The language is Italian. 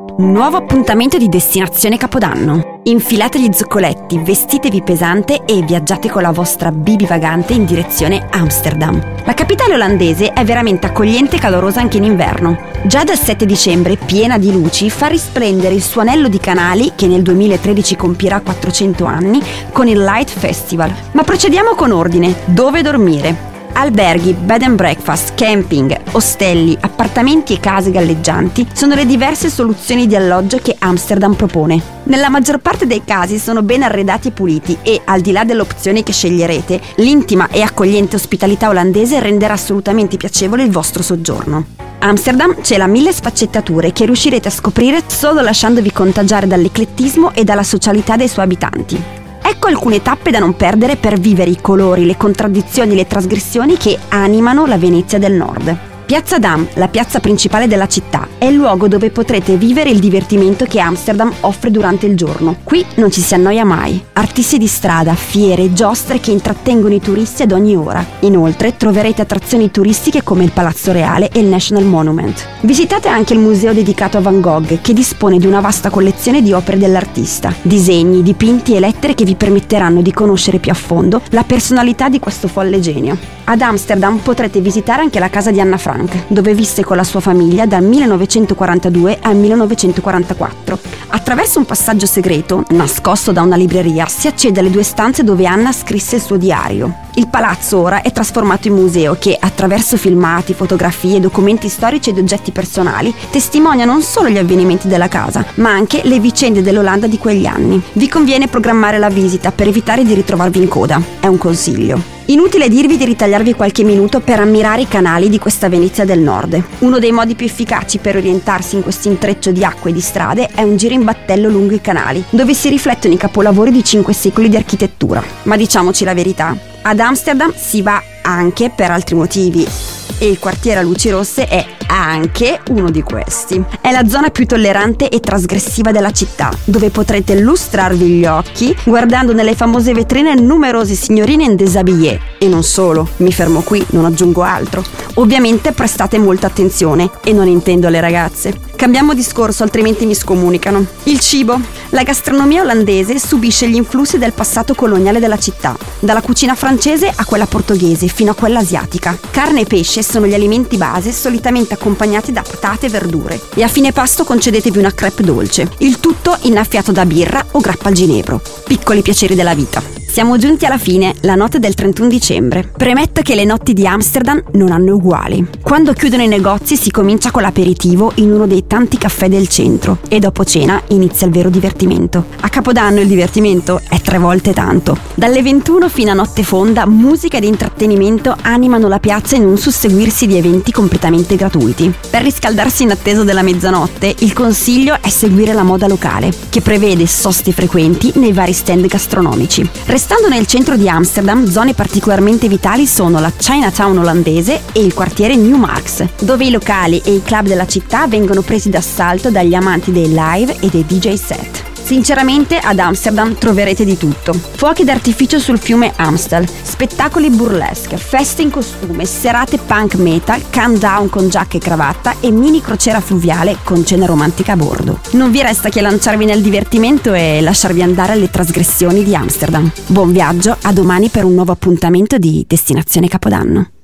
Un nuovo appuntamento di Destinazione Capodanno. Infilate gli zoccoletti, vestitevi pesante e viaggiate con la vostra Bibi vagante in direzione Amsterdam. La capitale olandese è veramente accogliente e calorosa anche in inverno. Già dal 7 dicembre, piena di luci, fa risplendere il suo anello di canali che nel 2013 compirà 400 anni con il Light Festival. Ma procediamo con ordine. Dove dormire? Alberghi, bed and breakfast, camping, ostelli, appartamenti e case galleggianti sono le diverse soluzioni di alloggio che Amsterdam propone. Nella maggior parte dei casi sono ben arredati e puliti e, al di là dell'opzione che sceglierete, l'intima e accogliente ospitalità olandese renderà assolutamente piacevole il vostro soggiorno. Amsterdam cela 1000 sfaccettature che riuscirete a scoprire solo lasciandovi contagiare dall'eclettismo e dalla socialità dei suoi abitanti. Ecco alcune tappe da non perdere per vivere i colori, le contraddizioni e le trasgressioni che animano la Venezia del Nord. Piazza Dam, la piazza principale della città, è il luogo dove potrete vivere il divertimento che Amsterdam offre durante il giorno. Qui non ci si annoia mai. Artisti di strada, fiere, giostre che intrattengono i turisti ad ogni ora. Inoltre troverete attrazioni turistiche come il Palazzo Reale e il National Monument. Visitate anche il museo dedicato a Van Gogh, che dispone di una vasta collezione di opere dell'artista, disegni, dipinti e lettere che vi permetteranno di conoscere più a fondo la personalità di questo folle genio. Ad Amsterdam potrete visitare anche la casa di Anna Frank, dove visse con la sua famiglia dal 1942 al 1944. Attraverso un passaggio segreto, nascosto da una libreria, si accede alle 2 stanze dove Anna scrisse il suo diario. Il palazzo ora è trasformato in museo che, attraverso filmati, fotografie, documenti storici ed oggetti personali, testimonia non solo gli avvenimenti della casa, ma anche le vicende dell'Olanda di quegli anni. Vi conviene programmare la visita per evitare di ritrovarvi in coda. È un consiglio. Inutile dirvi di ritagliarvi qualche minuto per ammirare i canali di questa Venezia del Nord. Uno dei modi più efficaci per orientarsi in questo intreccio di acque e di strade è un giro in battello lungo i canali, dove si riflettono i capolavori di 5 secoli di architettura. Ma diciamoci la verità, ad Amsterdam si va anche per altri motivi. E il quartiere a luci rosse è anche uno di questi. È la zona più tollerante e trasgressiva della città, dove potrete lustrarvi gli occhi guardando nelle famose vetrine numerose signorine in déshabillé. E non solo, mi fermo qui, non aggiungo altro. Ovviamente prestate molta attenzione, e non intendo le ragazze. Cambiamo discorso, altrimenti mi scomunicano. Il cibo. La gastronomia olandese subisce gli influssi del passato coloniale della città, dalla cucina francese a quella portoghese fino a quella asiatica. Carne e pesce sono gli alimenti base, solitamente accompagnati da patate e verdure. E a fine pasto concedetevi una crêpe dolce. Il tutto innaffiato da birra o grappa al ginepro. Piccoli piaceri della vita. Siamo giunti alla fine, la notte del 31 dicembre. Premetto che le notti di Amsterdam non hanno uguali. Quando chiudono i negozi si comincia con l'aperitivo in uno dei tanti caffè del centro e dopo cena inizia il vero divertimento. A Capodanno il divertimento è 3 volte tanto. Dalle 21 fino a notte fonda, musica ed intrattenimento animano la piazza in un susseguirsi di eventi completamente gratuiti. Per riscaldarsi in attesa della mezzanotte, il consiglio è seguire la moda locale, che prevede soste frequenti nei vari stand gastronomici. Restando nel centro di Amsterdam, zone particolarmente vitali sono la Chinatown olandese e il quartiere Newmarkt, dove i locali e i club della città vengono presi d'assalto dagli amanti dei live e dei DJ set. Sinceramente ad Amsterdam troverete di tutto. Fuochi d'artificio sul fiume Amstel, spettacoli burlesque, feste in costume, serate punk metal, countdown con giacca e cravatta e mini crociera fluviale con cena romantica a bordo. Non vi resta che lanciarvi nel divertimento e lasciarvi andare alle trasgressioni di Amsterdam. Buon viaggio, a domani per un nuovo appuntamento di Destinazione Capodanno.